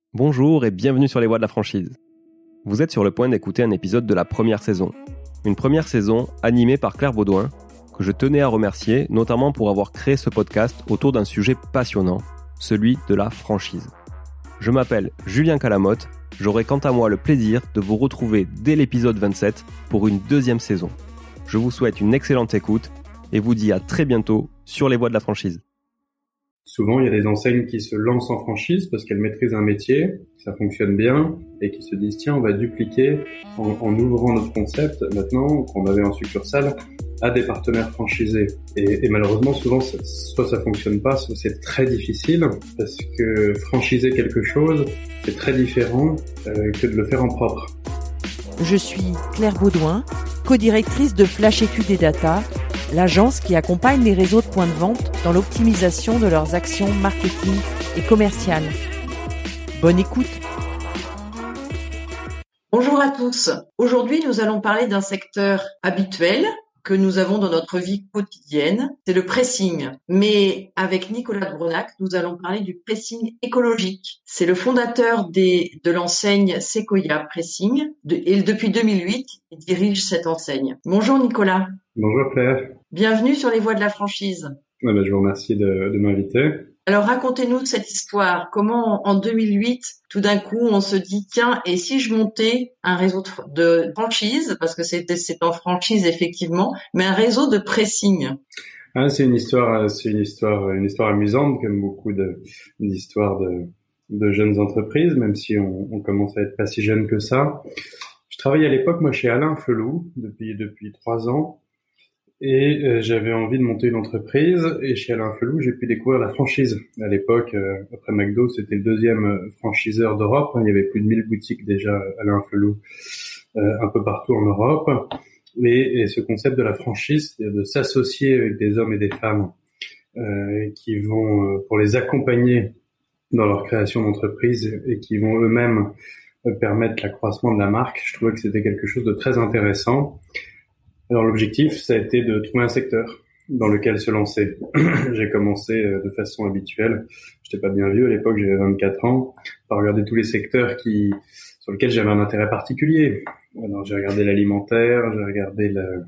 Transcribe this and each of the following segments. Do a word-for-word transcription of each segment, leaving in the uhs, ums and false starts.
Bonjour et bienvenue sur les voies de la franchise. Vous êtes sur le point d'écouter un épisode de la première saison. Une première saison animée par Claire Baudouin, que je tenais à remercier, notamment pour avoir créé ce podcast autour d'un sujet passionnant, celui de la franchise. Je m'appelle Julien Calamotte, j'aurai quant à moi le plaisir de vous retrouver dès l'épisode vingt-sept pour une deuxième saison. Je vous souhaite une excellente écoute et vous dis à très bientôt sur les voies de la franchise. Souvent, il y a des enseignes qui se lancent en franchise parce qu'elles maîtrisent un métier, ça fonctionne bien, et qui se disent tiens, on va dupliquer en, en ouvrant notre concept maintenant qu'on avait en succursale à des partenaires franchisés. Et, et malheureusement, souvent, ça, soit ça fonctionne pas, soit c'est très difficile parce que franchiser quelque chose, c'est très différent euh, que de le faire en propre. Je suis Claire Baudouin, co-directrice de Flash Études et Data, l'agence qui accompagne les réseaux de points de vente dans l'optimisation de leurs actions marketing et commerciales. Bonne écoute. Bonjour à tous. Aujourd'hui, nous allons parler d'un secteur habituel que nous avons dans notre vie quotidienne, c'est le pressing. Mais avec Nicolas Dronac, nous allons parler du pressing écologique. C'est le fondateur des, de l'enseigne Sequoia Pressing de, et depuis deux mille huit, il dirige cette enseigne. Bonjour Nicolas. Bonjour Claire. Bienvenue sur les voies de la franchise. Ah ben, je vous remercie de, de m'inviter. Alors racontez-nous cette histoire. Comment en deux mille huit, tout d'un coup, on se dit tiens, et si je montais un réseau de, de franchise, parce que c'est, c'est en franchise effectivement, mais un réseau de pressing. Ah, c'est une histoire, c'est une histoire, une histoire amusante, comme beaucoup de, d'histoires de, de jeunes entreprises, même si on, on commence à être pas si jeune que ça. Je travaillais à l'époque, moi, chez Alain Felou, depuis, depuis trois ans. Et euh, j'avais envie de monter une entreprise, et chez Alain Felou, j'ai pu découvrir la franchise. À l'époque, euh, après McDo, c'était le deuxième euh, franchiseur d'Europe. Il y avait plus de mille boutiques déjà, Alain Felou, euh, un peu partout en Europe. Et, et ce concept de la franchise, c'est de s'associer avec des hommes et des femmes euh, qui vont, euh, pour les accompagner dans leur création d'entreprise et qui vont eux-mêmes euh, permettre l'accroissement de la marque. Je trouvais que c'était quelque chose de très intéressant. Alors l'objectif, ça a été de trouver un secteur dans lequel se lancer. J'ai commencé de façon habituelle, j'étais pas bien vieux à l'époque, j'avais vingt-quatre ans, par regarder tous les secteurs qui sur lesquels j'avais un intérêt particulier. Alors j'ai regardé l'alimentaire, j'ai regardé le,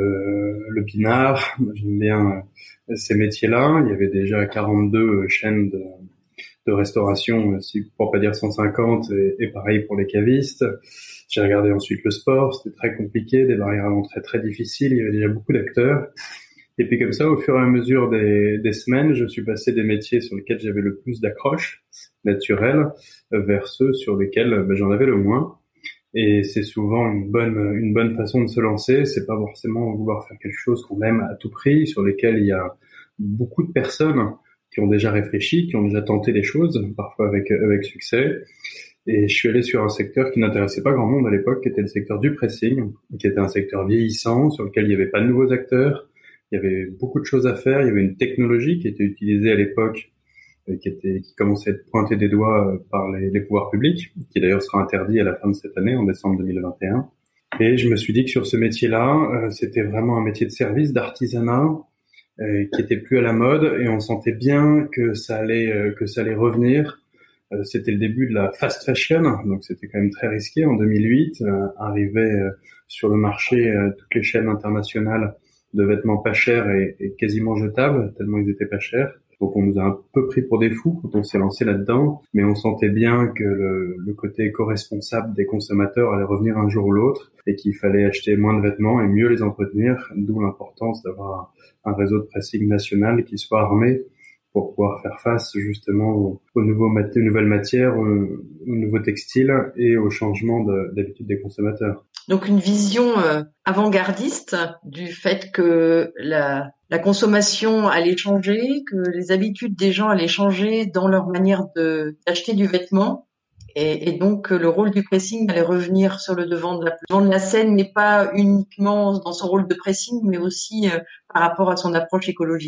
le, le pinard, j'aime bien ces métiers-là. Il y avait déjà quarante-deux chaînes de, de restauration, pour pas dire cent cinquante, et, et pareil pour les cavistes. J'ai regardé ensuite le sport, c'était très compliqué, des barrières à l'entrée très difficiles, il y avait déjà beaucoup d'acteurs. Et puis comme ça, au fur et à mesure des, des semaines, je suis passé des métiers sur lesquels j'avais le plus d'accroche naturelle vers ceux sur lesquels ben, j'en avais le moins. Et c'est souvent une bonne une bonne façon de se lancer, c'est pas forcément vouloir faire quelque chose qu'on aime à tout prix, sur lesquels il y a beaucoup de personnes qui ont déjà réfléchi, qui ont déjà tenté des choses, parfois avec avec succès. Et je suis allé sur un secteur qui n'intéressait pas grand monde à l'époque, qui était le secteur du pressing, qui était un secteur vieillissant, sur lequel il n'y avait pas de nouveaux acteurs. Il y avait beaucoup de choses à faire. Il y avait une technologie qui était utilisée à l'époque, qui était, qui commençait à être pointée des doigts par les, les pouvoirs publics, qui d'ailleurs sera interdit à la fin de cette année, en décembre deux mille vingt et un. Et je me suis dit que sur ce métier-là, c'était vraiment un métier de service, d'artisanat, qui était plus à la mode, et on sentait bien que ça allait, que ça allait revenir. C'était le début de la fast fashion, donc c'était quand même très risqué. En deux mille huit, euh, arrivaient euh, sur le marché euh, toutes les chaînes internationales de vêtements pas chers et, et quasiment jetables, tellement ils étaient pas chers. Donc on nous a un peu pris pour des fous quand on s'est lancé là-dedans, mais on sentait bien que le, le côté éco-responsable des consommateurs allait revenir un jour ou l'autre, et qu'il fallait acheter moins de vêtements et mieux les entretenir, d'où l'importance d'avoir un, un réseau de pressing national qui soit armé pour pouvoir faire face justement aux, aux, nouveaux mat- aux nouvelles matières, aux, aux nouveaux textiles et au changement de, d'habitude des consommateurs. Donc une vision euh, avant-gardiste du fait que la, la consommation allait changer, que les habitudes des gens allaient changer dans leur manière de, d'acheter du vêtement. Et, et donc le rôle du pressing allait revenir sur le devant de la, devant de la scène, mais pas uniquement dans son rôle de pressing, mais aussi euh, par rapport à son approche écologique.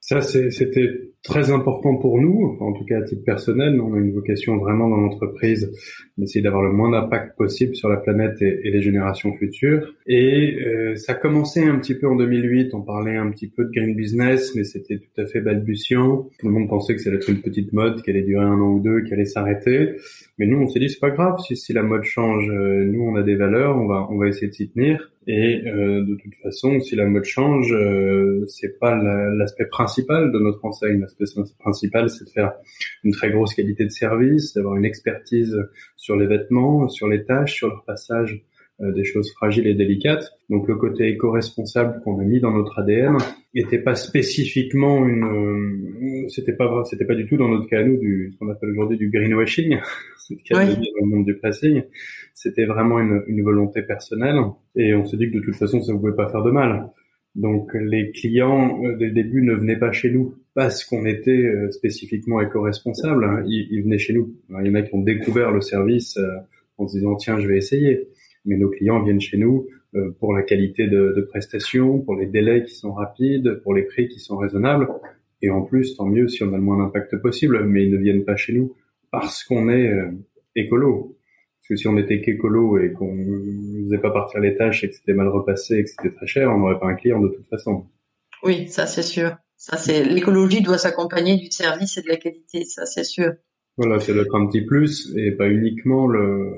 Ça, c'est, c'était très important pour nous, en tout cas à titre personnel. On a une vocation vraiment dans l'entreprise d'essayer d'avoir le moins d'impact possible sur la planète et, et les générations futures. Et euh, ça a commencé un petit peu en deux mille huit, on parlait un petit peu de green business, mais c'était tout à fait balbutiant. Tout le monde pensait que ça allait être une petite mode, qu'elle allait durer un an ou deux, qu'elle allait s'arrêter. Mais nous, on s'est dit, c'est pas grave, si, si la mode change, euh, nous, on a des valeurs, on va, on va essayer de s'y tenir. Et euh, de toute façon, si la mode change, euh, c'est pas la, l'aspect principal de notre enseigne. L'aspect principal, c'est de faire une très grosse qualité de service, d'avoir une expertise sur les vêtements, sur les tâches, sur leur passage, euh, des choses fragiles et délicates. Donc le côté éco-responsable qu'on a mis dans notre A D N n'était pas spécifiquement une, euh, c'était pas, c'était pas du tout dans notre cas à nous du, ce qu'on appelle aujourd'hui du greenwashing. C'est le cas de dire dans le monde du pressing. C'était vraiment une, une volonté personnelle. Et on s'est dit que de toute façon, ça ne pouvait pas faire de mal. Donc les clients, euh, dès le début, ne venaient pas chez nous parce qu'on était euh, spécifiquement éco-responsable. Hein. Ils, ils venaient chez nous. Alors, il y en a qui ont découvert le service euh, en se disant « tiens, je vais essayer ». Mais nos clients viennent chez nous euh, pour la qualité de, de prestation, pour les délais qui sont rapides, pour les prix qui sont raisonnables. Et en plus, tant mieux si on a le moins d'impact possible. Mais ils ne viennent pas chez nous parce qu'on est euh, écolo. Parce que si on était qu'écolo et qu'on ne faisait pas partir les tâches et que c'était mal repassé et que c'était très cher, on n'aurait pas un client de toute façon. Oui, ça c'est sûr. Ça c'est l'écologie doit s'accompagner du service et de la qualité, ça c'est sûr. Voilà, ça doit être un petit plus et pas uniquement le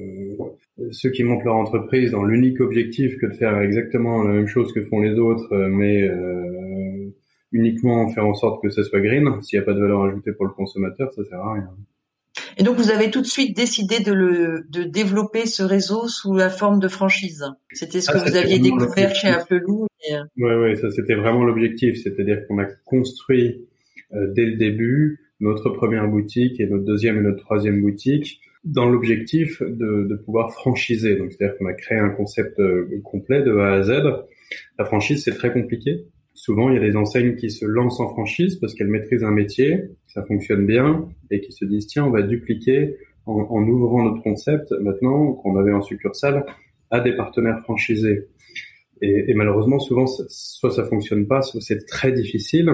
ceux qui montent leur entreprise dans l'unique objectif que de faire exactement la même chose que font les autres, mais euh, uniquement faire en sorte que ça soit green. S'il n'y a pas de valeur ajoutée pour le consommateur, ça sert à rien. Et donc, vous avez tout de suite décidé de le, de développer ce réseau sous la forme de franchise. C'était ce ah, que vous aviez découvert chez Afflelou. Et... Ouais, ouais, ça c'était vraiment l'objectif. C'est-à-dire qu'on a construit euh, dès le début notre première boutique et notre deuxième et notre troisième boutique dans l'objectif de, de pouvoir franchiser. Donc, c'est-à-dire qu'on a créé un concept euh, complet de A à Z. La franchise, c'est très compliqué. Souvent, il y a des enseignes qui se lancent en franchise parce qu'elles maîtrisent un métier, ça fonctionne bien, et qui se disent, tiens, on va dupliquer en, en ouvrant notre concept, maintenant, qu'on avait en succursale, à des partenaires franchisés. Et, et malheureusement, souvent, ça, soit ça fonctionne pas, soit c'est très difficile,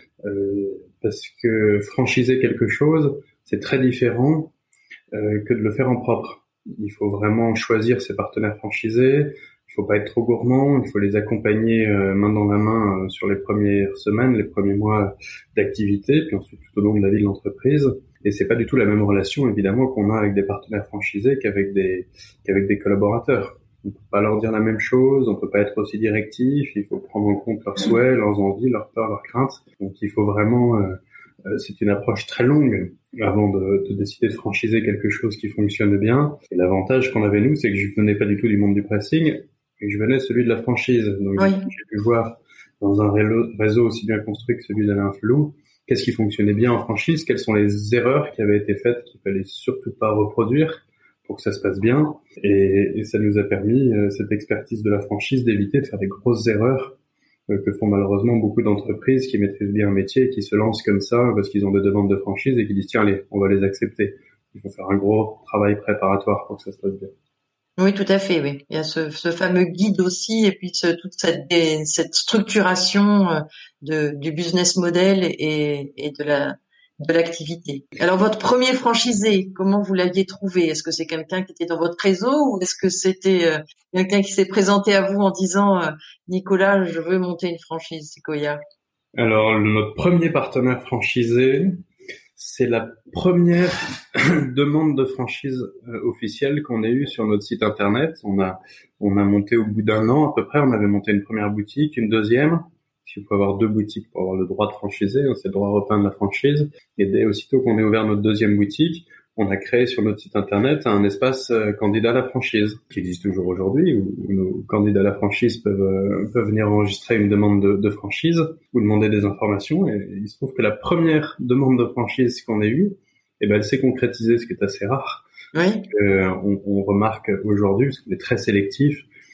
euh, parce que franchiser quelque chose, c'est très différent euh, que de le faire en propre. Il faut vraiment choisir ses partenaires franchisés. Il faut pas être trop gourmand, il faut les accompagner euh, main dans la main euh, sur les premières semaines, les premiers mois d'activité, puis ensuite tout au long de la vie de l'entreprise. Et c'est pas du tout la même relation, évidemment, qu'on a avec des partenaires franchisés qu'avec des qu'avec des collaborateurs. On peut pas leur dire la même chose, on peut pas être aussi directif, il faut prendre en compte leurs souhaits, leurs envies, leurs peurs, leurs craintes. Donc il faut vraiment, euh, euh, c'est une approche très longue avant de, de décider de franchiser quelque chose qui fonctionne bien. Et l'avantage qu'on avait nous, c'est que je venais pas du tout du monde du pressing, et je venais celui de la franchise. Donc, oui. J'ai pu voir dans un réseau aussi bien construit que celui d'Alain Flou, qu'est-ce qui fonctionnait bien en franchise, quelles sont les erreurs qui avaient été faites qu'il fallait surtout pas reproduire pour que ça se passe bien. Et, et ça nous a permis, euh, cette expertise de la franchise, d'éviter de faire des grosses erreurs euh, que font malheureusement beaucoup d'entreprises qui maîtrisent bien un métier et qui se lancent comme ça parce qu'ils ont des demandes de franchise et qui disent, tiens, allez, on va les accepter. Il faut faire un gros travail préparatoire pour que ça se passe bien. Oui, tout à fait, oui. Il y a ce, ce fameux guide aussi, et puis ce, toute cette, des, cette structuration de, du business model et, et de la, de l'activité. Alors, votre premier franchisé, comment vous l'aviez trouvé? Est-ce que c'est quelqu'un qui était dans votre réseau ou est-ce que c'était euh, quelqu'un qui s'est présenté à vous en disant euh, Nicolas, je veux monter une franchise Sequoia? Alors, notre premier partenaire franchisé, c'est la première demande de franchise euh, officielle qu'on ait eue sur notre site internet. On a, on a monté au bout d'un an à peu près, on avait monté une première boutique, une deuxième. Il faut avoir deux boutiques pour avoir le droit de franchiser, c'est le droit européen de la franchise. Et dès aussitôt qu'on ait ouvert notre deuxième boutique, on a créé sur notre site internet un espace euh, candidat à la franchise, qui existe toujours aujourd'hui, où, où nos candidats à la franchise peuvent, euh, peuvent venir enregistrer une demande de, de franchise ou demander des informations. Et il se trouve que la première demande de franchise qu'on ait eue, eh ben, elle s'est concrétisée, ce qui est assez rare. Oui. Euh, on, on remarque aujourd'hui, parce qu'on est très sélectif,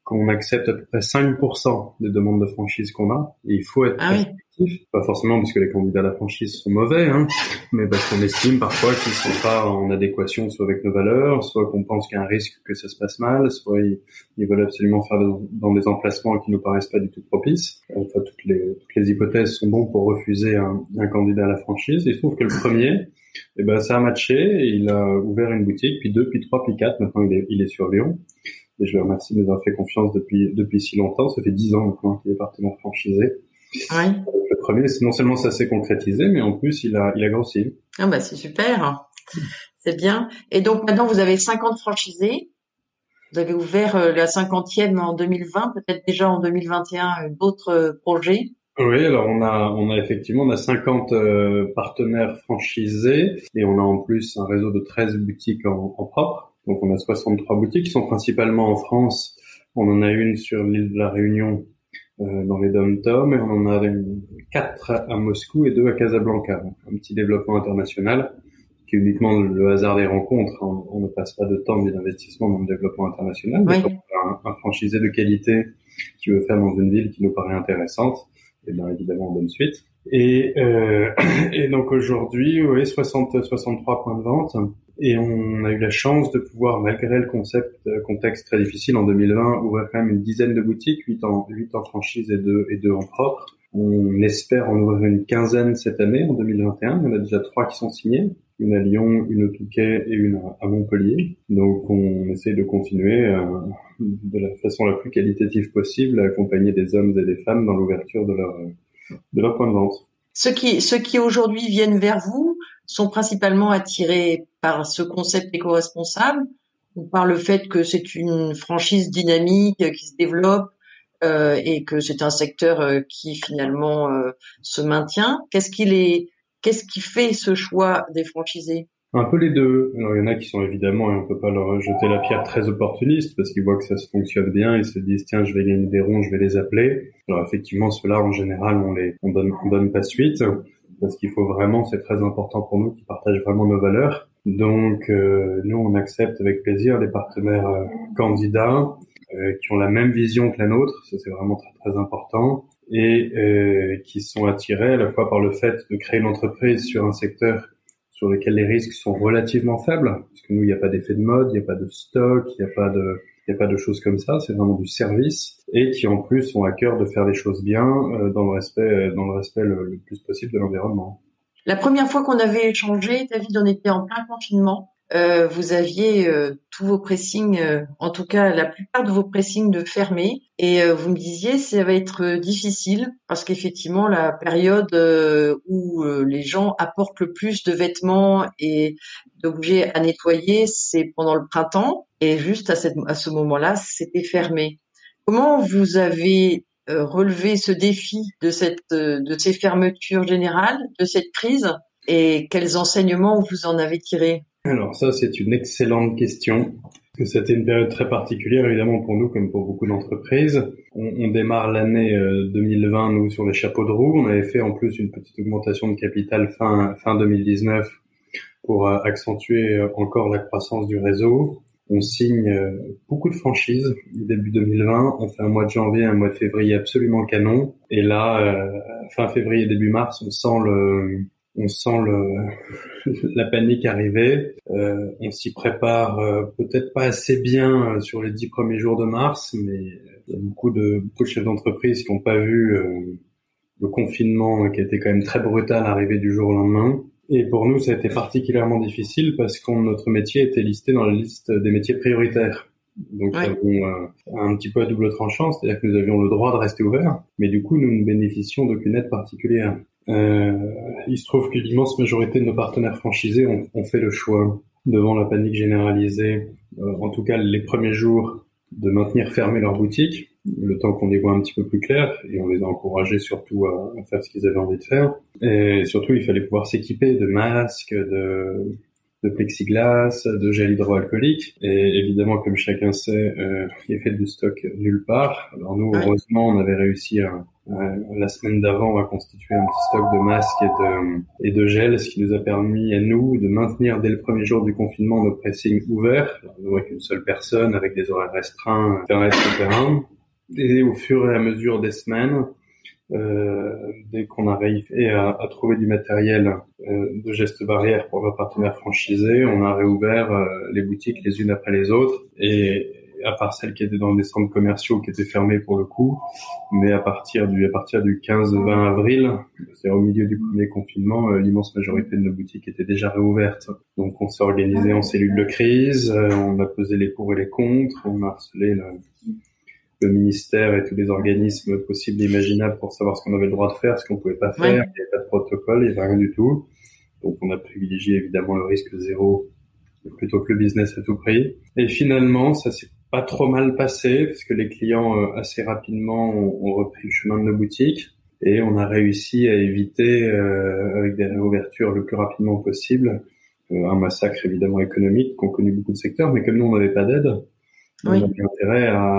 qu'on accepte à peu près cinq pour cent des demandes de franchise qu'on a. Et il faut être Ah très oui. sélectif, pas forcément parce que les candidats à la franchise sont mauvais, hein, mais parce qu'on estime parfois qu'ils sont pas en adéquation soit avec nos valeurs, soit qu'on pense qu'il y a un risque que ça se passe mal, soit ils, ils veulent absolument faire dans des emplacements qui nous paraissent pas du tout propices. Enfin, toutes les, toutes les hypothèses sont bonnes pour refuser un, un candidat à la franchise. Il se trouve que le premier, eh ben, ça a matché, il a ouvert une boutique, puis deux, puis trois, puis quatre. Maintenant, il est, il est sur Lyon. Et je le remercie de nous avoir fait confiance depuis, depuis si longtemps. Ça fait dix ans maintenant qu'il est partenaire franchisé. Oui. Le premier, non seulement ça s'est concrétisé, mais en plus, il a, il a grossi. Ah bah, c'est super. C'est bien. Et donc, maintenant, vous avez cinquante franchisés. Vous avez ouvert euh, la cinquantième en deux mille vingt, peut-être déjà en deux mille vingt et un, euh, d'autres euh, projets. Oui, alors on a, on a effectivement, on a cinquante euh, partenaires franchisés et on a en plus un réseau de treize boutiques en, en propre. Donc on a soixante-trois boutiques qui sont principalement en France. On en a une sur l'île de la Réunion euh, dans les Dom-Tom et on en a une, quatre à Moscou et deux à Casablanca. Donc un petit développement international qui est uniquement le hasard des rencontres. On, on ne passe pas de temps ni d'investissement dans le développement international. Mais Oui. quand on a un, un franchisé de qualité qui veut faire dans une ville qui nous paraît intéressante, et bien évidemment on donne suite. Et, euh, et donc aujourd'hui, oui, soixante, soixante-trois points de vente. Et on a eu la chance de pouvoir, malgré le concept, contexte très difficile en deux mille vingt, ouvrir quand même une dizaine de boutiques, huit en, huit en franchise et deux, et deux en propre. On espère en ouvrir une quinzaine cette année, en deux mille vingt et un. Il y en a déjà trois qui sont signées. Une à Lyon, une au Touquet et une à Montpellier. Donc on essaye de continuer euh, de la façon la plus qualitative possible à accompagner des hommes et des femmes dans l'ouverture de leur, de leur point de vente. Ceux qui, ceux qui aujourd'hui viennent vers vous sont principalement attirés par ce concept éco-responsable ou par le fait que c'est une franchise dynamique qui se développe euh, et que c'est un secteur euh, qui finalement euh, se maintient. Qu'est-ce qui les, qu'est-ce qui fait ce choix des franchisés? Un peu les deux. Alors il y en a qui sont évidemment, et on peut pas leur jeter la pierre, très opportunistes parce qu'ils voient que ça se fonctionne bien, ils se disent tiens je vais gagner des ronds, je vais les appeler. Alors effectivement ceux-là en général on les on donne on donne pas suite parce qu'il faut vraiment, c'est très important pour nous qu'ils partagent vraiment nos valeurs. Donc euh, nous on accepte avec plaisir les partenaires euh, candidats euh, qui ont la même vision que la nôtre, ça c'est vraiment très très important, et euh, qui sont attirés à la fois par le fait de créer une entreprise sur un secteur sur lesquels les risques sont relativement faibles, parce que nous, il n'y a pas d'effet de mode, il n'y a pas de stock, il n'y a pas de, il n'y a pas de choses comme ça, c'est vraiment du service, et qui en plus ont à cœur de faire les choses bien, euh, dans le respect, dans le respect le, le plus possible de l'environnement. La première fois qu'on avait échangé, David, on était en plein confinement. Euh, vous aviez euh, tous vos pressings, euh, en tout cas la plupart de vos pressings de fermés, et euh, vous me disiez ça va être euh, difficile parce qu'effectivement la période euh, où euh, les gens apportent le plus de vêtements et d'objets à nettoyer, c'est pendant le printemps, et juste à, cette, à ce moment-là, c'était fermé. Comment vous avez euh, relevé ce défi de cette, euh, de ces fermetures générales, de cette crise, et quels enseignements vous en avez tirés? Alors ça, c'est une excellente question. Que c'était une période très particulière, évidemment, pour nous, comme pour beaucoup d'entreprises. On, on démarre l'année euh, deux mille vingt, nous, sur les chapeaux de roue. On avait fait en plus une petite augmentation de capital fin, fin deux mille dix-neuf pour euh, accentuer euh, encore la croissance du réseau. On signe euh, beaucoup de franchises début deux mille vingt. On fait un mois de janvier, un mois de février absolument canon. Et là, euh, fin février, début mars, on sent le... On sent le, la panique arriver. Euh, on s'y prépare euh, peut-être pas assez bien euh, sur les dix premiers jours de mars, mais il y a beaucoup de, beaucoup de chefs d'entreprise qui n'ont pas vu euh, le confinement euh, qui a été quand même très brutal arriver du jour au lendemain. Et pour nous, ça a été particulièrement difficile parce que notre métier était listé dans la liste des métiers prioritaires. Donc, ouais. nous avons euh, un petit peu à double tranchant, c'est-à-dire que nous avions le droit de rester ouverts, mais du coup, nous ne bénéficions d'aucune aide particulière. Euh, il se trouve que l'immense majorité de nos partenaires franchisés ont, ont fait le choix, devant la panique généralisée, euh, en tout cas les premiers jours, de maintenir fermées leurs boutiques, le temps qu'on y voit un petit peu plus clair, et on les a encouragés surtout à, à faire ce qu'ils avaient envie de faire. Et surtout, il fallait pouvoir s'équiper de masques, de, de plexiglas, de gel hydroalcoolique. Et évidemment, comme chacun sait, euh, il y avait du stock nulle part. Alors nous, heureusement, on avait réussi à Euh, la semaine d'avant, on a constitué un petit stock de masques et de, et de gel, ce qui nous a permis à nous de maintenir dès le premier jour du confinement nos pressings ouverts, avec une seule personne, avec des horaires restreints, et cetera, et cetera. Et au fur et à mesure des semaines, euh, dès qu'on a réussi à, à trouver du matériel euh, de gestes barrières pour nos partenaires franchisés, on a réouvert euh, les boutiques les unes après les autres, et à part celles qui étaient dans des centres commerciaux qui étaient fermés pour le coup, mais à partir du à partir du quinze vingt avril, c'est-à-dire au milieu du premier confinement, euh, l'immense majorité de nos boutiques étaient déjà réouvertes. Donc on s'est organisé en cellules de crise, euh, on a pesé les pour et les contre, on a harcelé le, le ministère et tous les organismes possibles et imaginables pour savoir ce qu'on avait le droit de faire, ce qu'on pouvait pas faire, ouais. Il n'y avait pas de protocole, il n'y avait rien du tout. Donc on a privilégié évidemment le risque zéro plutôt que le business à tout prix. Et finalement, ça s'est pas trop mal passé parce que les clients euh, assez rapidement ont, ont repris le chemin de nos boutiques et on a réussi à éviter, euh, avec des réouvertures le plus rapidement possible, euh, un massacre évidemment économique qu'ont connu beaucoup de secteurs, mais comme nous on n'avait pas d'aide, oui. On avait intérêt à,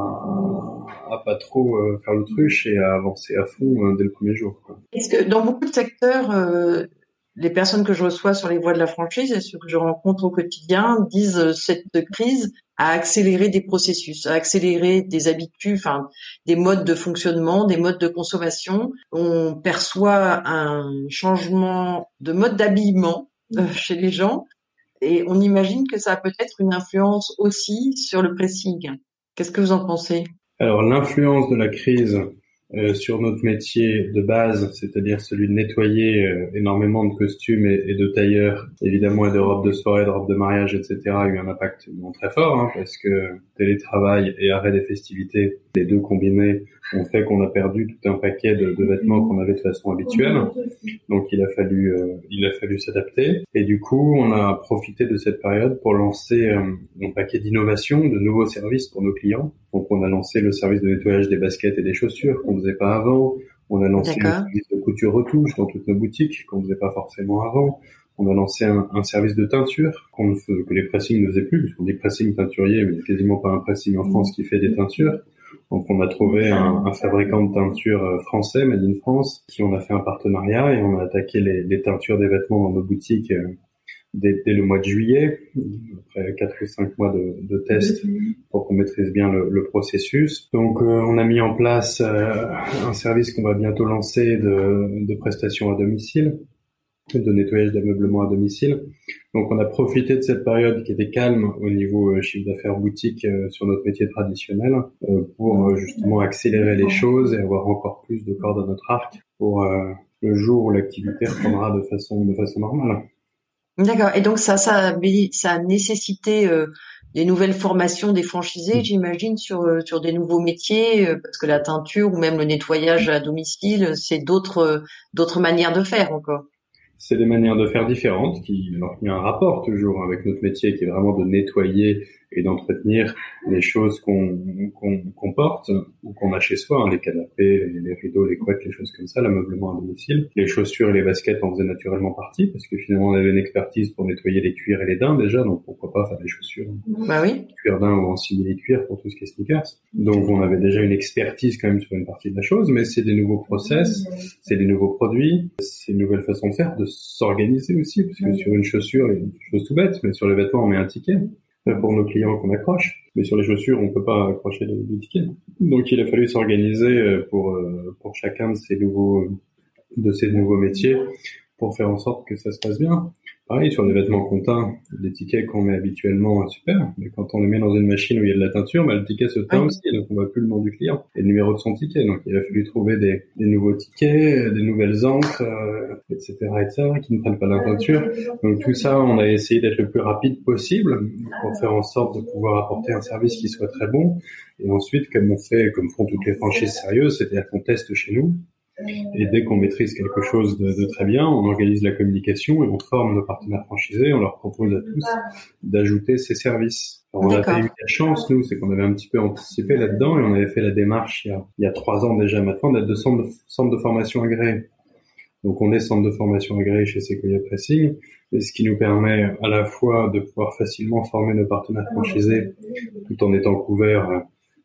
à pas trop euh, faire l'autruche et à avancer à fond euh, dès le premier jour, quoi. Est-ce que dans beaucoup de secteurs, euh, les personnes que je reçois sur les voies de la franchise et ceux que je rencontre au quotidien disent euh, cette crise a accéléré des processus, a accéléré des habitudes, enfin des modes de fonctionnement, des modes de consommation. On perçoit un changement de mode d'habillement euh, chez les gens et on imagine que ça a peut-être une influence aussi sur le pressing. Qu'est-ce que vous en pensez ? Alors l'influence de la crise Euh, sur notre métier de base, c'est-à-dire celui de nettoyer euh, énormément de costumes et, et de tailleurs, évidemment, et de robes de soirée, de robes de mariage, et cetera, a eu un impact très fort, hein, parce que télétravail et arrêt des festivités, les deux combinés, ont fait qu'on a perdu tout un paquet de, de vêtements qu'on avait de façon habituelle. Donc il a fallu, euh, il a fallu s'adapter. Et du coup, on a profité de cette période pour lancer euh, un paquet d'innovations, de nouveaux services pour nos clients. Donc on a lancé le service de nettoyage des baskets et des chaussures qu'on faisait pas avant. On a lancé D'accord. un service de couture retouche dans toutes nos boutiques qu'on faisait pas forcément avant. On a lancé un, un service de teinture qu'on ne faisait, que les pressings ne faisaient plus, parce qu'on dit pressing teinturier, mais il n'y a quasiment pas un pressing en France qui fait des teintures. Donc on a trouvé un, un fabricant de teinture français, made in France, qui on a fait un partenariat et on a attaqué les, les teintures des vêtements dans nos boutiques euh, dès, dès le mois de juillet, après quatre ou cinq mois de, de tests pour qu'on maîtrise bien le, le processus. Donc euh, on a mis en place euh, un service qu'on va bientôt lancer de, de prestations à domicile, de nettoyage d'ameublement à domicile. Donc on a profité de cette période qui était calme au niveau euh, chiffre d'affaires boutique euh, sur notre métier traditionnel euh, pour euh, justement accélérer les choses et avoir encore plus de cordes à notre arc pour euh, le jour où l'activité reprendra de façon de façon normale. D'accord. Et donc ça ça ça a nécessité euh, des nouvelles formations des franchisés, j'imagine, sur euh, sur des nouveaux métiers, euh, parce que la teinture ou même le nettoyage à domicile, c'est d'autres euh, d'autres manières de faire encore. C'est des manières de faire différentes qui, alors, il y a un rapport toujours avec notre métier qui est vraiment de nettoyer et d'entretenir les choses qu'on, qu'on, qu'on porte ou qu'on a chez soi, hein, les canapés, les, les rideaux, les couettes, les choses comme ça, l'ameublement à domicile. Les chaussures et les baskets en faisaient naturellement partie parce que finalement on avait une expertise pour nettoyer les cuirs et les daims déjà, donc pourquoi pas faire des chaussures bah oui. cuir daim ou en simili-cuir pour tout ce qui est sneakers. Donc on avait déjà une expertise quand même sur une partie de la chose, mais c'est des nouveaux process, c'est des nouveaux produits, c'est une nouvelle façon de faire, de s'organiser aussi, parce que sur une chaussure, il y a une chose tout bête, mais sur les vêtements on met un ticket pour nos clients qu'on accroche, mais sur les chaussures on peut pas accrocher des, des tickets. Donc il a fallu s'organiser pour pour chacun de ces nouveaux de ces nouveaux métiers pour faire en sorte que ça se passe bien. Pareil, sur les vêtements qu'on teint, les tickets qu'on met habituellement, super, mais quand on les met dans une machine où il y a de la teinture, bah, le ticket se teint oui. aussi, donc on voit plus le nom du client et le numéro de son ticket. Donc il a fallu trouver des, des nouveaux tickets, des nouvelles encres, euh, et cetera, et cetera, qui ne prennent pas la teinture. Donc tout ça, on a essayé d'être le plus rapide possible pour faire en sorte de pouvoir apporter un service qui soit très bon. Et ensuite, comme on fait, comme font toutes les franchises sérieuses, c'est-à-dire qu'on teste chez nous. Et dès qu'on maîtrise quelque chose de, de très bien, on organise la communication et on forme nos partenaires franchisés, on leur propose à tous d'ajouter ces services. Alors, on D'accord. a eu la chance, nous, c'est qu'on avait un petit peu anticipé là-dedans et on avait fait la démarche il y a, il y a trois ans déjà maintenant d'être de centre de, centre de formation agréé. Donc on est centre de formation agréé chez Sequoia Pressing, et ce qui nous permet à la fois de pouvoir facilement former nos partenaires franchisés tout en étant couverts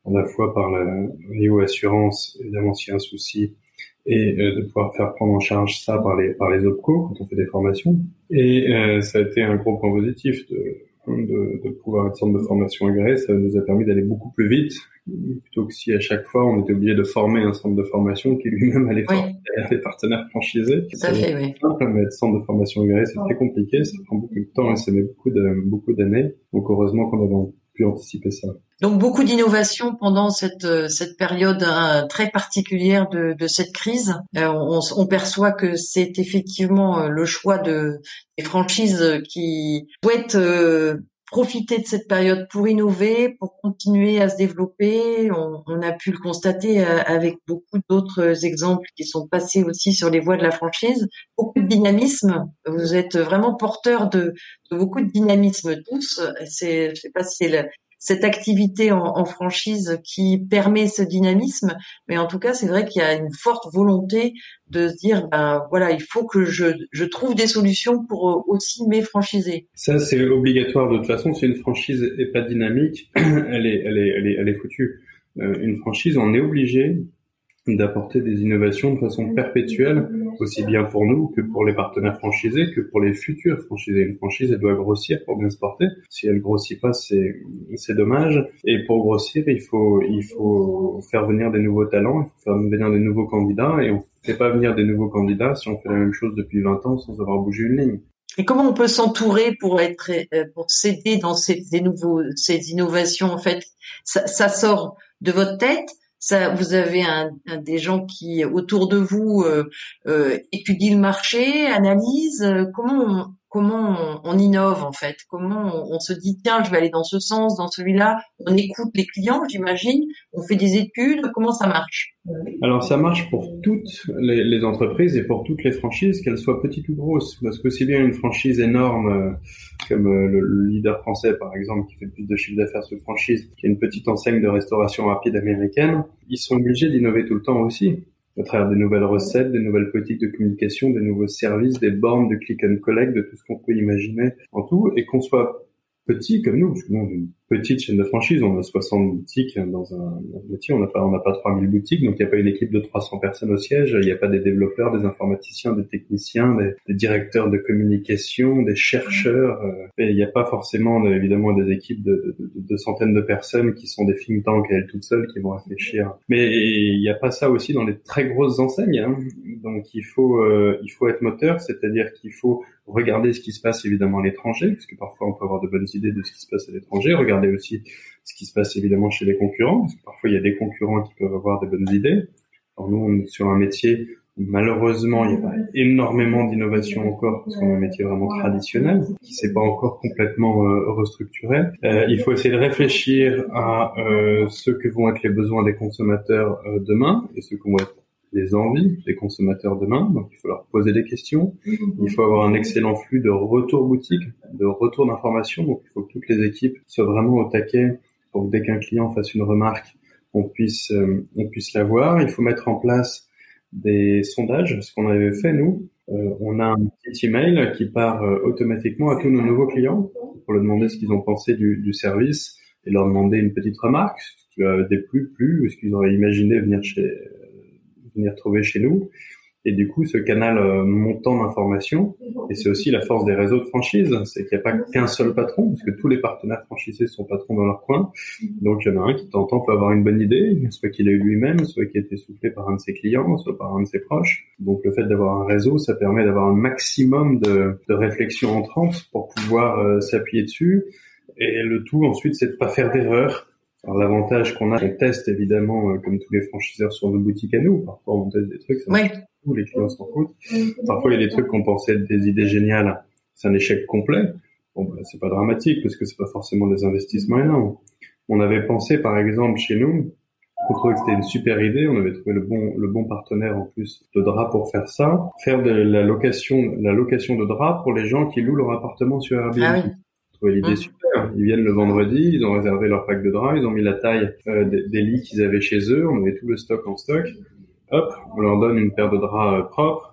à la fois par le niveau assurance, évidemment s'il y a un souci, et euh, de pouvoir faire prendre en charge ça par les par les OPCO quand on fait des formations. Et euh, ça a été un gros point positif de, de, de pouvoir être centre de formation agréé. Ça nous a permis d'aller beaucoup plus vite, plutôt que si à chaque fois on était obligé de former un centre de formation qui lui-même allait oui. former les partenaires franchisés. Tout à fait, oui. Simple, mais être centre de formation agréé, c'est très compliqué, ça prend beaucoup de temps et ça met beaucoup de beaucoup d'années. Donc heureusement qu'on avait pu anticiper ça. Donc beaucoup d'innovations pendant cette cette période hein, très particulière de, de cette crise. Euh, on, on perçoit que c'est effectivement le choix de des franchises qui souhaitent euh, profiter de cette période pour innover, pour continuer à se développer. On, on a pu le constater avec beaucoup d'autres exemples qui sont passés aussi sur les voies de la franchise. Beaucoup de dynamisme. Vous êtes vraiment porteur de, de beaucoup de dynamisme tous. C'est, je sais pas si c'est le cette activité en, en franchise qui permet ce dynamisme, mais en tout cas, c'est vrai qu'il y a une forte volonté de se dire, ben voilà, il faut que je, je trouve des solutions pour aussi mes franchisés. Ça, c'est obligatoire de toute façon. Si une franchise est pas dynamique, elle est, elle est, elle est, elle est foutue. Euh, une franchise, on est obligé d'apporter des innovations de façon perpétuelle, aussi bien pour nous que pour les partenaires franchisés, que pour les futurs franchisés. Une franchise, elle doit grossir pour bien se porter. Si elle grossit pas, c'est, c'est dommage. Et pour grossir, il faut, il faut faire venir des nouveaux talents, il faut faire venir des nouveaux candidats, et on fait pas venir des nouveaux candidats si on fait la même chose depuis vingt ans sans avoir bougé une ligne. Et comment on peut s'entourer pour être, pour s'aider dans ces, ces nouveaux, ces innovations, en fait? Ça, ça sort de votre tête? Ça, vous avez un, un, des gens qui autour de vous euh, euh, étudient le marché, analysent. Euh, comment on, comment on, on innove en fait? Comment on, on se dit tiens, je vais aller dans ce sens, dans celui-là. On écoute les clients, j'imagine. On fait des études. Comment ça marche? Alors ça marche pour toutes les, les entreprises et pour toutes les franchises, qu'elles soient petites ou grosses. Parce qu'aussi bien une franchise énorme euh, comme euh, le, le leader français par exemple, qui fait plus de chiffre d'affaires sur franchise, qui est une petite enseigne de restauration rapide américaine, ils sont obligés d'innover tout le temps aussi, à travers des nouvelles recettes, des nouvelles politiques de communication, des nouveaux services, des bornes de click and collect, de tout ce qu'on peut imaginer en tout, et qu'on soit petit comme nous, parce que nous, on est une petite chaîne de franchise, on a soixante boutiques dans un métier, on n'a pas, on n'a pas trois mille boutiques, donc il n'y a pas une équipe de trois cents personnes au siège, il n'y a pas des développeurs, des informaticiens, des techniciens, des, des directeurs de communication, des chercheurs, euh, et il n'y a pas forcément, évidemment, des équipes de, de, de, de centaines de personnes qui sont des think tanks à elles toutes seules qui vont réfléchir. Mais il n'y a pas ça aussi dans les très grosses enseignes, hein. Donc il faut, euh, il faut être moteur, c'est-à-dire qu'il faut regarder ce qui se passe évidemment à l'étranger, parce que parfois on peut avoir de bonnes idées de ce qui se passe à l'étranger, regarder aussi ce qui se passe évidemment chez les concurrents, parce que parfois il y a des concurrents qui peuvent avoir de bonnes idées. Alors nous, on est sur un métier où malheureusement il n'y a pas énormément d'innovation encore, parce qu'on a un métier vraiment traditionnel, qui s'est pas encore complètement euh, restructuré. Euh, il faut essayer de réfléchir à euh, ce que vont être les besoins des consommateurs euh, demain, et ce que vont être les envies des consommateurs demain. Donc, il faut leur poser des questions. Il faut avoir un excellent flux de retour boutique, de retour d'information. Donc, il faut que toutes les équipes soient vraiment au taquet pour que dès qu'un client fasse une remarque, on puisse, euh, on puisse la voir. Il faut mettre en place des sondages. Ce qu'on avait fait, nous, euh, on a un petit email qui part euh, automatiquement à tous nos nouveaux clients pour leur demander ce qu'ils ont pensé du, du service et leur demander une petite remarque. Ce qui leur avait déplu, plus, ou ce qu'ils auraient imaginé venir chez venir trouver chez nous. Et du coup, ce canal euh, montant d'informations, et c'est aussi la force des réseaux de franchise, c'est qu'il n'y a pas qu'un seul patron, parce que tous les partenaires franchisés sont patrons dans leur coin. Donc, il y en a un qui, de temps en temps, peut avoir une bonne idée, soit qu'il a eu lui-même, soit qui a été soufflé par un de ses clients, soit par un de ses proches. Donc, le fait d'avoir un réseau, ça permet d'avoir un maximum de, de réflexions entrantes pour pouvoir euh, s'appuyer dessus. Et le tout, ensuite, c'est de pas faire d'erreurs. Alors l'avantage qu'on a, on teste évidemment euh, comme tous les franchiseurs sur nos boutiques à nous. Parfois on teste des trucs, ça oui. Tout, les clients s'en foutent. Parfois il y a des trucs qu'on pensait être des idées géniales, c'est un échec complet. Bon, bah, c'est pas dramatique parce que c'est pas forcément des investissements énormes. On avait pensé par exemple chez nous, on trouvait que c'était une super idée, on avait trouvé le bon le bon partenaire en plus de draps pour faire ça, faire de la location la location de draps pour les gens qui louent leur appartement sur Airbnb. Ah oui. Trouvé l'idée mmh. super. Ils viennent le vendredi, ils ont réservé leur pack de draps, ils ont mis la taille euh, des, des lits qu'ils avaient chez eux, on avait tout le stock en stock. Hop, on leur donne une paire de draps euh, propres,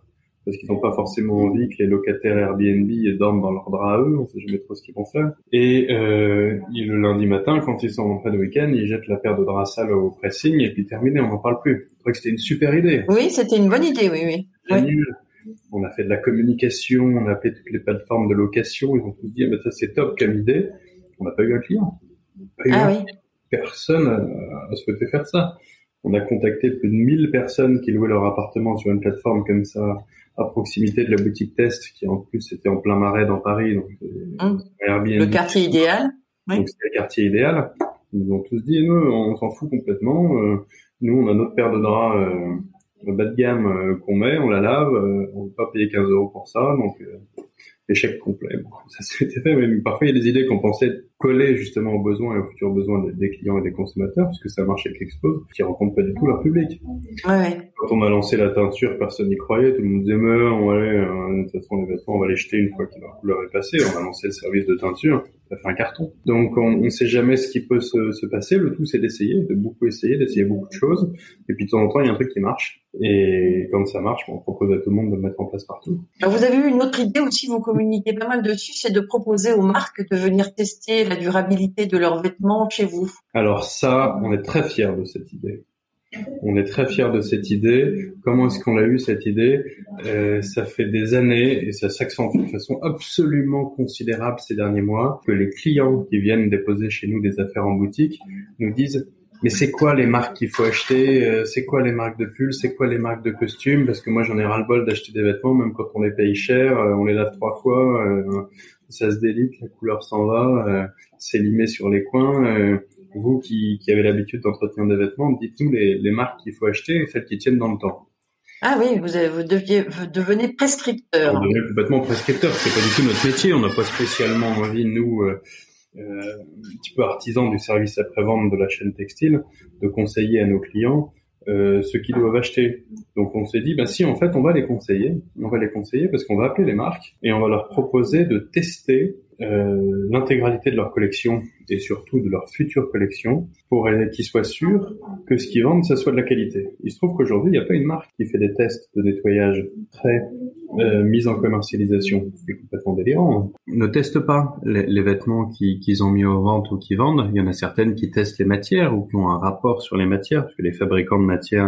parce qu'ils n'ont pas forcément envie que les locataires Airbnb dorment dans leur drap à eux, on sait jamais trop ce qu'ils vont faire. Et, euh, et le lundi matin, quand ils sont rentrés de week-end, ils jettent la paire de draps sales au pressing et puis terminé, on n'en parle plus. Je trouvais que c'était une super idée. Oui, c'était une bonne idée, oui, oui. Génial. Oui. On a fait de la communication, on a appelé toutes les plateformes de location, ils ont tous dit, ah ben ça c'est top comme idée. On n'a pas eu un client. Pas eu Ah un oui. client. Personne a, a souhaité faire ça. On a contacté plus de mille personnes qui louaient leur appartement sur une plateforme comme ça, à proximité de la boutique Test, qui en plus était en plein marais dans Paris, donc Hum. Airbnb. Le quartier idéal. Oui. Donc c'était le quartier idéal. Ils ont tous dit, nous, on s'en fout complètement. Euh, nous, on a notre paire de draps euh, bas de gamme euh, qu'on met, on la lave, euh, on ne peut pas payer quinze euros pour ça, donc euh, échec complet. Bon, ça s'était fait, mais parfois il y a des idées qu'on pensait coller justement aux besoins et aux futurs besoins des, des clients et des consommateurs, puisque ça marche avec l'Expose, qui rencontrent pas du tout leur public. Ouais, ouais. Quand on a lancé la teinture, personne n'y croyait, tout le monde disait mais on va aller, euh, de toute façon les vêtements on va les jeter une fois que leur couleur est passée. On a lancé le service de teinture, ça fait un carton. Donc on ne sait jamais ce qui peut se, se passer, le tout c'est d'essayer, de beaucoup essayer, d'essayer beaucoup de choses, et puis de temps en temps il y a un truc qui marche, et quand ça marche, on propose à tout le monde de le mettre en place partout. Alors vous avez eu une autre idée aussi, vous communiquez pas mal dessus, c'est de proposer aux marques de venir tester la durabilité de leurs vêtements chez vous. Alors ça, on est très fiers de cette idée. On est très fiers de cette idée. Comment est-ce qu'on a eu cette idée ? euh, Ça fait des années et ça s'accentue de façon absolument considérable ces derniers mois que les clients qui viennent déposer chez nous des affaires en boutique nous disent « Mais c'est quoi les marques qu'il faut acheter ? C'est quoi les marques de pulls ? C'est quoi les marques de costumes ? Parce que moi j'en ai ras-le-bol d'acheter des vêtements, même quand on les paye cher, on les lave trois fois, euh, ça se délite, la couleur s'en va, euh, c'est limé sur les coins. Euh, Vous qui, qui avez l'habitude d'entretenir des vêtements, dites-nous les, les marques qu'il faut acheter et celles qui tiennent dans le temps. » Ah oui, vous, avez, vous, deviez, vous devenez prescripteur. On devient complètement prescripteur, c'est pas du tout notre métier, on n'a pas spécialement envie, nous, euh, euh, un petit peu artisans du service après-vente de la chaîne textile, de conseiller à nos clients euh, ce qu'ils doivent acheter. Donc on s'est dit, bah si, en fait, on va les conseiller, on va les conseiller parce qu'on va appeler les marques et on va leur proposer de tester euh, l'intégralité de leur collection et surtout de leur future collection pour qu'ils soient sûrs que ce qu'ils vendent, ça soit de la qualité. Il se trouve qu'aujourd'hui, il n'y a pas une marque qui fait des tests de nettoyage très euh, mis en commercialisation. C'est complètement délirant. Ne teste pas les, les vêtements qui, qu'ils ont mis en vente ou qui vendent. Il y en a certaines qui testent les matières ou qui ont un rapport sur les matières, parce que les fabricants de matières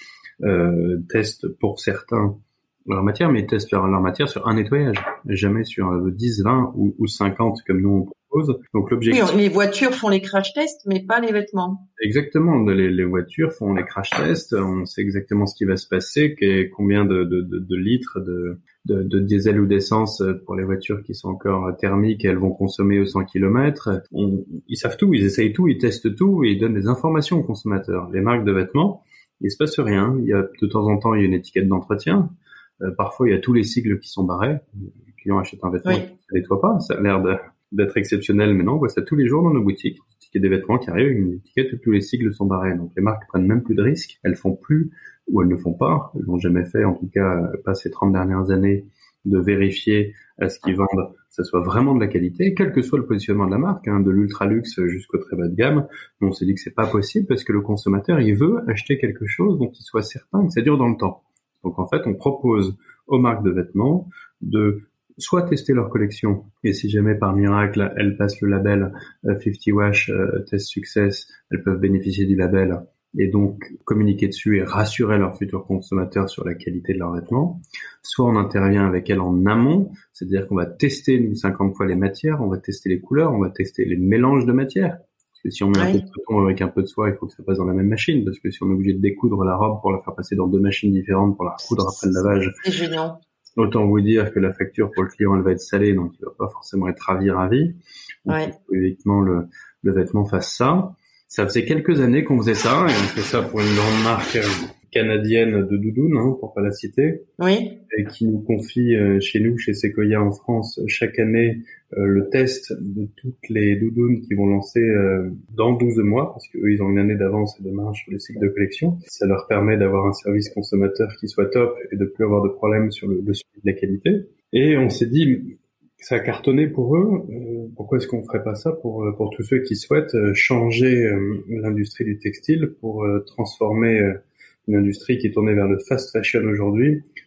euh, testent pour certains leur matière, mais ils testent leur, leur matière sur un nettoyage, jamais sur dix, vingt ou, ou cinquante comme nous on propose. Donc l'objectif. Oui, les voitures font les crash tests, mais pas les vêtements. Exactement, les, les voitures font les crash tests, on sait exactement ce qui va se passer, combien de, de, de, de litres de, de, de diesel ou d'essence pour les voitures qui sont encore thermiques, elles vont consommer aux cent kilomètres. On, ils savent tout, ils essayent tout, ils testent tout et ils donnent des informations aux consommateurs. Les marques de vêtements, il se passe rien. Il y a de temps en temps il y a une étiquette d'entretien. Euh, parfois, il y a tous les cycles qui sont barrés. Le client achète un vêtement, oui. Ça ne nettoie pas. Ça a l'air de, d'être exceptionnel, mais non, on voit ça tous les jours dans nos boutiques. Il y a des vêtements qui arrivent avec une étiquette où tous les cycles sont barrés. Donc, les marques prennent même plus de risques. Elles font plus, ou elles ne font pas. Elles n'ont jamais fait, en tout cas, pas ces trente dernières années, de vérifier à ce qu'ils vendent, que ça soit vraiment de la qualité, quel que soit le positionnement de la marque, hein, de l'ultra luxe jusqu'au très bas de gamme. On s'est dit que c'est pas possible parce que le consommateur, il veut acheter quelque chose dont il soit certain que ça dure dans le temps. Donc en fait, on propose aux marques de vêtements de soit tester leur collection, et si jamais par miracle elles passent le label cinquante wash euh, Test Success, elles peuvent bénéficier du label et donc communiquer dessus et rassurer leurs futurs consommateurs sur la qualité de leurs vêtements. Soit on intervient avec elles en amont, c'est-à-dire qu'on va tester nous cinquante fois les matières, on va tester les couleurs, on va tester les mélanges de matières. Parce que si on met oui. un peu de coton avec un peu de soie, il faut que ça passe dans la même machine, parce que si on est obligé de découdre la robe pour la faire passer dans deux machines différentes pour la recoudre après le lavage, c'est gênant. Autant vous dire que la facture pour le client, elle va être salée, donc il va pas forcément être ravi, ravi. Donc, ouais. il faut évidemment le, le vêtement fasse ça. Ça faisait quelques années qu'on faisait ça, et on fait ça pour une grande marque canadienne de doudounes, hein, pour pas la citer. Oui. Et qui nous confie euh, chez nous, chez Sequoia en France, chaque année, euh, le test de toutes les doudounes qui vont lancer euh, dans douze mois, parce qu'eux, ils ont une année d'avance et de marge sur les cycles de collection. Ça leur permet d'avoir un service consommateur qui soit top et de plus avoir de problèmes sur le, le suivi de la qualité. Et on s'est dit, ça a cartonné pour eux, euh, pourquoi est-ce qu'on ferait pas ça pour, pour tous ceux qui souhaitent euh, changer euh, l'industrie du textile pour euh, transformer euh, une industrie qui est tournée vers le fast fashion aujourd'hui,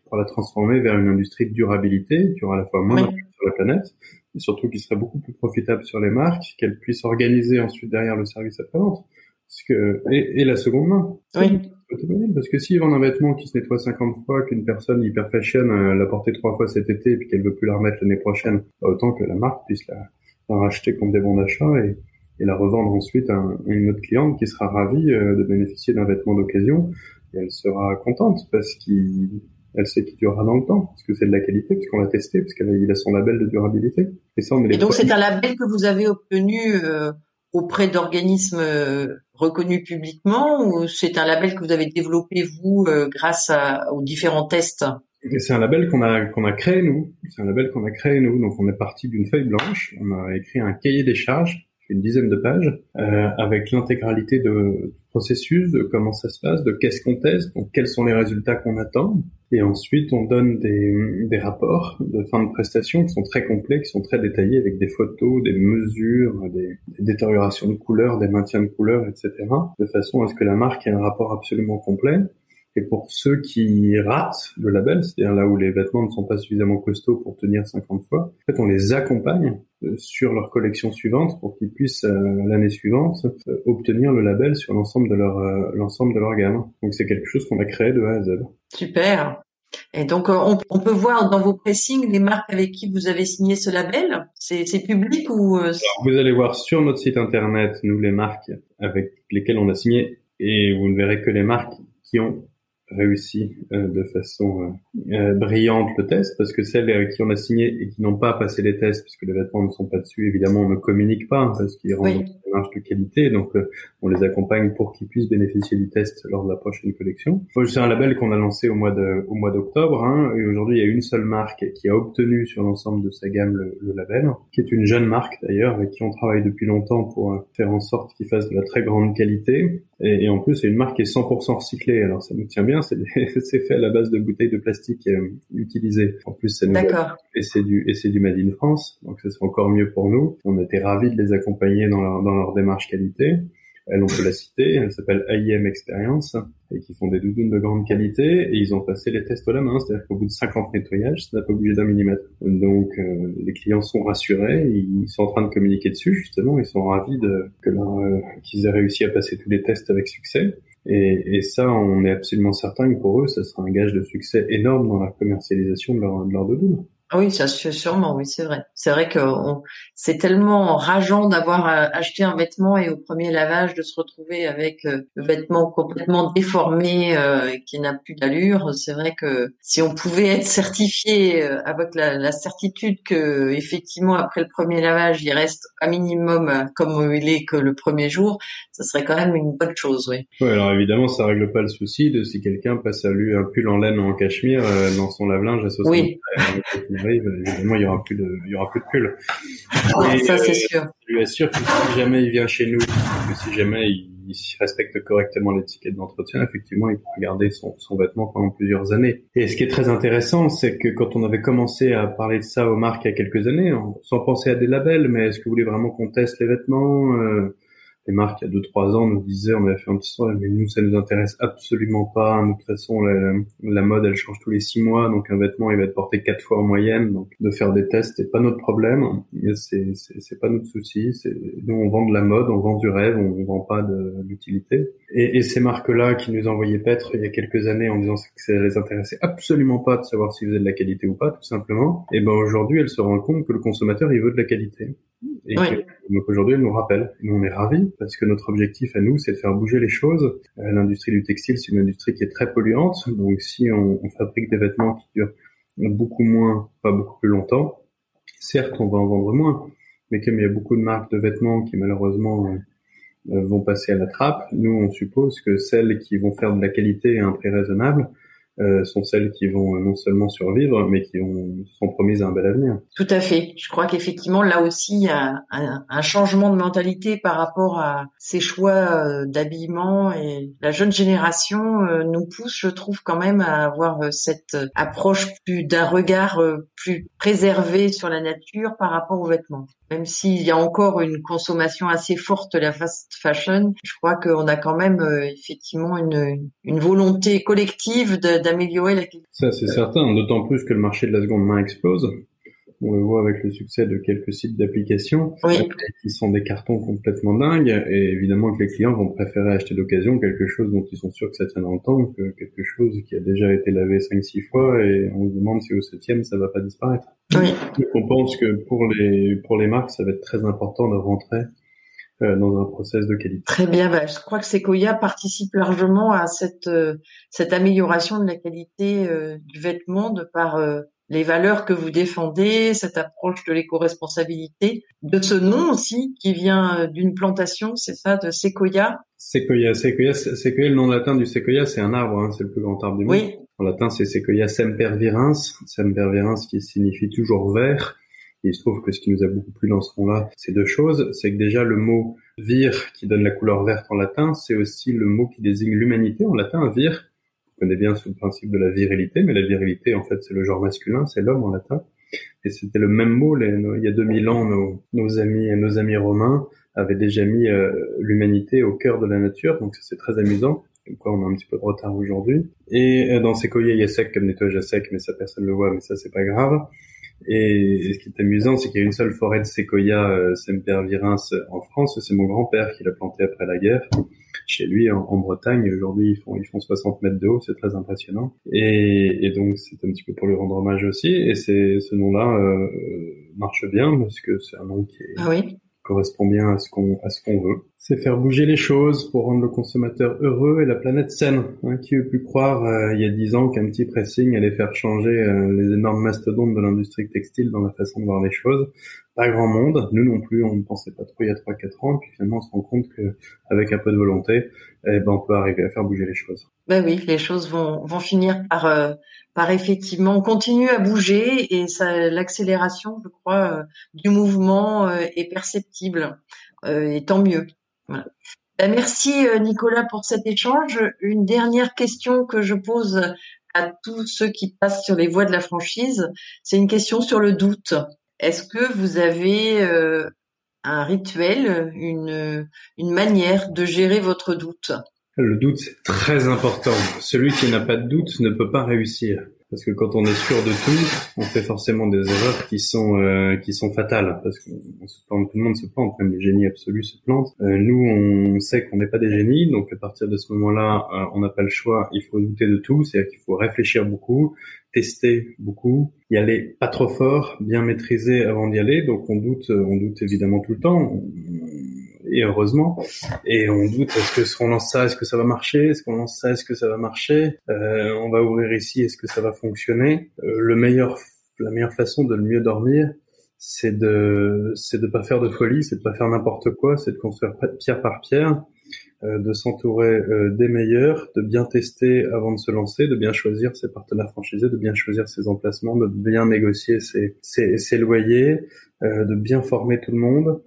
pour la transformer vers une industrie de durabilité qui aura à la fois moins Oui. d'impact sur la planète et surtout qui serait beaucoup plus profitable sur les marques, qu'elles puissent organiser ensuite derrière le service après-vente. Parce que, et, et la seconde main. Oui. Parce que s'ils vendent un vêtement qui se nettoie cinquante fois, qu'une personne hyper fashion euh, l'a porté trois fois cet été et puis qu'elle veut plus la remettre l'année prochaine, bah, autant que la marque puisse la, la racheter contre des bons d'achat et, et la revendre ensuite à, un, à une autre cliente qui sera ravie euh, de bénéficier d'un vêtement d'occasion et elle sera contente parce qu'elle sait qu'il durera dans le temps, parce que c'est de la qualité, parce qu'on l'a testé, parce qu'il a son label de durabilité. Et ça, on est Et les donc, premiers. c'est un label que vous avez obtenu euh, auprès d'organismes euh, reconnus publiquement ou c'est un label que vous avez développé, vous, euh, grâce à, aux différents tests? Et c'est un label qu'on a qu'on a créé nous. C'est un label qu'on a créé nous. Donc on est parti d'une feuille blanche. On a écrit un cahier des charges, une dizaine de pages, euh, avec l'intégralité de processus, de comment ça se passe, de qu'est-ce qu'on teste, donc quels sont les résultats qu'on attend. Et ensuite on donne des des rapports de fin de prestation qui sont très complets, qui sont très détaillés, avec des photos, des mesures, des, des détériorations de couleurs, des maintiens de couleurs, et cetera. De façon à ce que la marque ait un rapport absolument complet. Et pour ceux qui ratent le label, c'est-à-dire là où les vêtements ne sont pas suffisamment costauds pour tenir cinquante fois, en fait, on les accompagne sur leur collection suivante pour qu'ils puissent euh, l'année suivante euh, obtenir le label sur l'ensemble de leur euh, l'ensemble de leur gamme. Donc c'est quelque chose qu'on a créé de A à Z. Super. Et donc on, on peut voir dans vos pressings les marques avec qui vous avez signé ce label. C'est, c'est public ou euh... Alors, vous allez voir sur notre site internet nous les marques avec lesquelles on a signé et vous ne verrez que les marques qui ont réussi euh, de façon euh, euh, brillante le test, parce que celles avec qui on a signé et qui n'ont pas passé les tests, puisque les vêtements ne sont pas dessus, évidemment on ne communique pas, hein, parce qu'ils rentrent oui. dans une démarche de qualité, donc euh, on les accompagne pour qu'ils puissent bénéficier du test lors de la prochaine collection. C'est un label qu'on a lancé au mois de au mois d'octobre, hein, et aujourd'hui il y a une seule marque qui a obtenu sur l'ensemble de sa gamme le, le label, qui est une jeune marque d'ailleurs, avec qui on travaille depuis longtemps pour euh, faire en sorte qu'ils fassent de la très grande qualité, et, et en plus c'est une marque qui est cent pour cent recyclée, alors ça nous tient bien. C'est, c'est fait à la base de bouteilles de plastique euh, utilisées. En plus, c'est D'accord. Et c'est du et c'est du made in France, donc ça c'est encore mieux pour nous. On était ravis de les accompagner dans leur dans leur démarche qualité. Elle, on peut la citer, elle s'appelle A I M Experience et qui font des doudounes de grande qualité et ils ont passé les tests à la main, c'est-à-dire qu'au bout de cinquante nettoyages, ça n'a pas bougé d'un millimètre. Donc euh, les clients sont rassurés, ils sont en train de communiquer dessus justement, ils sont ravis de que leur, euh, qu'ils aient réussi à passer tous les tests avec succès. Et, et ça, on est absolument certain que pour eux, ça sera un gage de succès énorme dans la commercialisation de leur, de leur doudou. Ah oui, ça sûrement, oui, c'est vrai. C'est vrai que on, c'est tellement rageant d'avoir acheté un vêtement et au premier lavage de se retrouver avec euh, le vêtement complètement déformé euh, qui n'a plus d'allure. C'est vrai que si on pouvait être certifié euh, avec la, la certitude que effectivement après le premier lavage il reste à minimum comme il est que le premier jour, ça serait quand même une bonne chose, oui. Ouais, alors évidemment, ça règle pas le souci de si quelqu'un passe à lui un pull en laine ou en cachemire euh, dans son lave-linge à soixante. Oui. Arrive, évidemment, il y aura plus de, il y aura plus de pull. Non, et, ça c'est euh, sûr. Je lui assure que si jamais il vient chez nous, que si jamais il, il respecte correctement l'étiquette d'entretien, effectivement, il pourra garder son, son vêtement pendant plusieurs années. Et ce qui est très intéressant, c'est que quand on avait commencé à parler de ça aux marques il y a quelques années, sans penser à des labels, mais est-ce que vous voulez vraiment qu'on teste les vêtements? euh, Les marques, il y a deux, trois ans, nous disaient, on avait fait un petit sondage, mais nous, ça nous intéresse absolument pas. De toute façon, la, la mode, elle change tous les six mois, donc un vêtement, il va être porté quatre fois en moyenne. Donc, de faire des tests, c'est pas notre problème. C'est, c'est, c'est pas notre souci. C'est, nous, on vend de la mode, on vend du rêve, on vend pas de l'utilité. Et, et ces marques-là, qui nous envoyaient paître il y a quelques années en disant que ça les intéressait absolument pas de savoir s'ils faisaient de la qualité ou pas, tout simplement. Et ben, aujourd'hui, elles se rendent compte que le consommateur, il veut de la qualité. Et oui. que, donc aujourd'hui, elle nous rappelle. Et nous, on est ravis parce que notre objectif à nous, c'est de faire bouger les choses. Euh, l'industrie du textile, c'est une industrie qui est très polluante. Donc si on, on fabrique des vêtements qui durent beaucoup moins, pas beaucoup plus longtemps, certes, on va en vendre moins. Mais comme il y a beaucoup de marques de vêtements qui malheureusement euh, vont passer à la trappe, nous, on suppose que celles qui vont faire de la qualité à un prix raisonnable Euh, sont celles qui vont non seulement survivre, mais qui ont, sont promises à un bel avenir. Tout à fait. Je crois qu'effectivement, là aussi, il y a un, un changement de mentalité par rapport à ces choix d'habillement et la jeune génération euh, nous pousse, je trouve, quand même à avoir cette approche plus d'un regard plus préservé sur la nature par rapport aux vêtements. Même s'il y a encore une consommation assez forte de la fast fashion, je crois qu'on a quand même euh, effectivement une, une volonté collective de, d'améliorer la qualité. Ça, c'est certain, d'autant plus que le marché de la seconde main explose. On le voit avec le succès de quelques sites d'application oui. qui sont des cartons complètement dingues. Et évidemment que les clients vont préférer acheter d'occasion quelque chose dont ils sont sûrs que ça tient dans le temps que quelque chose qui a déjà été lavé cinq six fois et on se demande si au septième ça va pas disparaître. Oui. Donc on pense que pour les pour les marques, ça va être très important de rentrer euh, dans un process de qualité. Très bien. Bah, je crois que Sequoia participe largement à cette euh, cette amélioration de la qualité euh, du vêtement de par euh, les valeurs que vous défendez, cette approche de l'éco-responsabilité, de ce nom aussi qui vient d'une plantation, c'est ça, de séquoia. Séquoia, séquoia, séquoia, le nom latin du séquoia, c'est un arbre, hein, c'est le plus grand arbre du monde. Oui. En latin, c'est Sequoia sempervirens, sempervirens qui signifie toujours vert. Et il se trouve que ce qui nous a beaucoup plu dans ce nom-là, c'est deux choses. C'est que déjà le mot vir, qui donne la couleur verte en latin, c'est aussi le mot qui désigne l'humanité en latin, vir. On connaît bien sous le principe de la virilité, mais la virilité, en fait, c'est le genre masculin, c'est l'homme en latin. Et c'était le même mot, les, nos, il y a deux mille ans, nos, nos amis, nos amis romains avaient déjà mis euh, l'humanité au cœur de la nature, donc ça c'est très amusant. Comme quoi on a un petit peu de retard aujourd'hui. Et euh, dans Sequoia, il y a sec comme nettoyage à sec, mais ça personne le voit, mais ça c'est pas grave. Et, et ce qui est amusant, c'est qu'il y a une seule forêt de séquoia euh, sempervirens en France, c'est mon grand-père qui l'a planté après la guerre. Chez lui, en, en Bretagne, aujourd'hui, ils font, ils font soixante mètres de haut, c'est très impressionnant. Et, et donc, c'est un petit peu pour lui rendre hommage aussi. Et c'est, ce nom-là euh, marche bien, parce que c'est un nom qui est, ah oui. correspond bien à ce qu'on, à ce qu'on veut. C'est faire bouger les choses pour rendre le consommateur heureux et la planète saine. Hein, qui eût pu croire, euh, il y a dix ans, qu'un petit pressing allait faire changer euh, les énormes mastodontes de l'industrie textile dans la façon de voir les choses. Pas grand monde. Nous non plus, on ne pensait pas trop il y a trois quatre ans. Et puis finalement, on se rend compte que avec un peu de volonté, eh ben, on peut arriver à faire bouger les choses. Ben oui, les choses vont, vont finir par, euh, par effectivement, on continue à bouger et ça, l'accélération, je crois, euh, du mouvement euh, est perceptible. Euh, et tant mieux. Voilà. Ben merci Nicolas pour cet échange. Une dernière question que je pose à tous ceux qui passent sur les voies de la franchise, c'est une question sur le doute. Est-ce que vous avez euh, un rituel, une, une manière de gérer votre doute ? Le doute, c'est très important. Celui qui n'a pas de doute ne peut pas réussir. Parce que quand on est sûr de tout, on fait forcément des erreurs qui sont euh, qui sont fatales. Parce que on se plante, tout le monde se plante, même les génies absolus se plantent. Euh, nous, on sait qu'on n'est pas des génies, donc à partir de ce moment-là, euh, on n'a pas le choix. Il faut douter de tout, c'est-à-dire qu'il faut réfléchir beaucoup, tester beaucoup, y aller pas trop fort, bien maîtriser avant d'y aller. Donc on doute, on doute évidemment tout le temps. On, et heureusement, et on doute, est-ce que si on lance ça, est-ce que ça va marcher, est-ce qu'on lance ça, est-ce que ça va marcher, euh, on va ouvrir ici, est-ce que ça va fonctionner. Euh, le meilleur, la meilleure façon de le mieux dormir, c'est de, c'est de pas faire de folie, c'est de pas faire n'importe quoi, c'est de construire pierre par pierre, euh, de s'entourer euh, des meilleurs, de bien tester avant de se lancer, de bien choisir ses partenaires franchisés, de bien choisir ses emplacements, de bien négocier ses, ses, ses loyers, euh, de bien former tout le monde.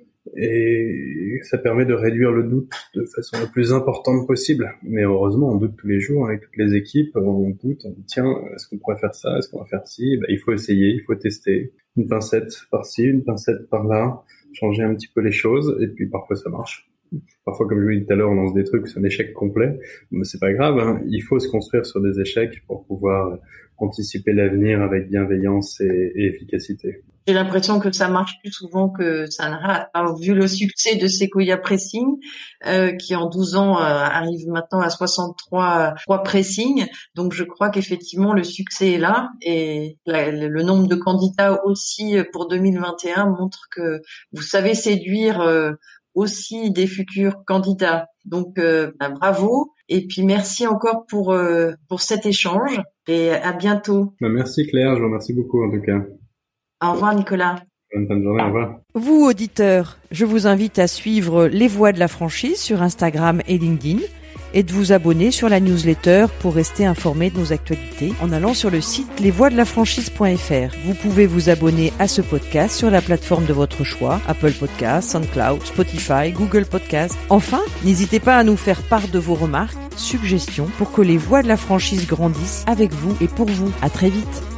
Et ça permet de réduire le doute de façon la plus importante possible. Mais heureusement, on doute tous les jours avec toutes les équipes. On doute, on dit tiens, est-ce qu'on pourrait faire ça, est-ce qu'on va faire ci? Ben, il faut essayer, il faut tester. Une pincette par-ci, une pincette par-là, changer un petit peu les choses. Et puis parfois ça marche. Parfois, comme je vous l'ai dit tout à l'heure, on lance des trucs, c'est un échec complet. Mais c'est pas grave, hein. Il faut se construire sur des échecs pour pouvoir anticiper l'avenir avec bienveillance et, et efficacité. J'ai l'impression que ça marche plus souvent que ça ne rate. Alors, vu le succès de Sequoia Pressing, euh, qui en douze ans euh, arrive maintenant à soixante-trois trois pressings, donc je crois qu'effectivement le succès est là et la, le nombre de candidats aussi pour deux mille vingt et un montre que vous savez séduire euh, aussi des futurs candidats. Donc euh, bah, bravo et puis merci encore pour euh, pour cet échange et à bientôt. Bah, merci Claire, je vous remercie beaucoup en tout cas. Au revoir Nicolas. Bonne fin de journée, au revoir. Vous auditeurs, je vous invite à suivre Les Voix de la franchise sur Instagram et LinkedIn et de vous abonner sur la newsletter pour rester informé de nos actualités en allant sur le site les voix de la franchise point f r. Vous pouvez vous abonner à ce podcast sur la plateforme de votre choix, Apple Podcasts, SoundCloud, Spotify, Google Podcasts. Enfin, n'hésitez pas à nous faire part de vos remarques, suggestions pour que les voix de la franchise grandissent avec vous et pour vous. À très vite.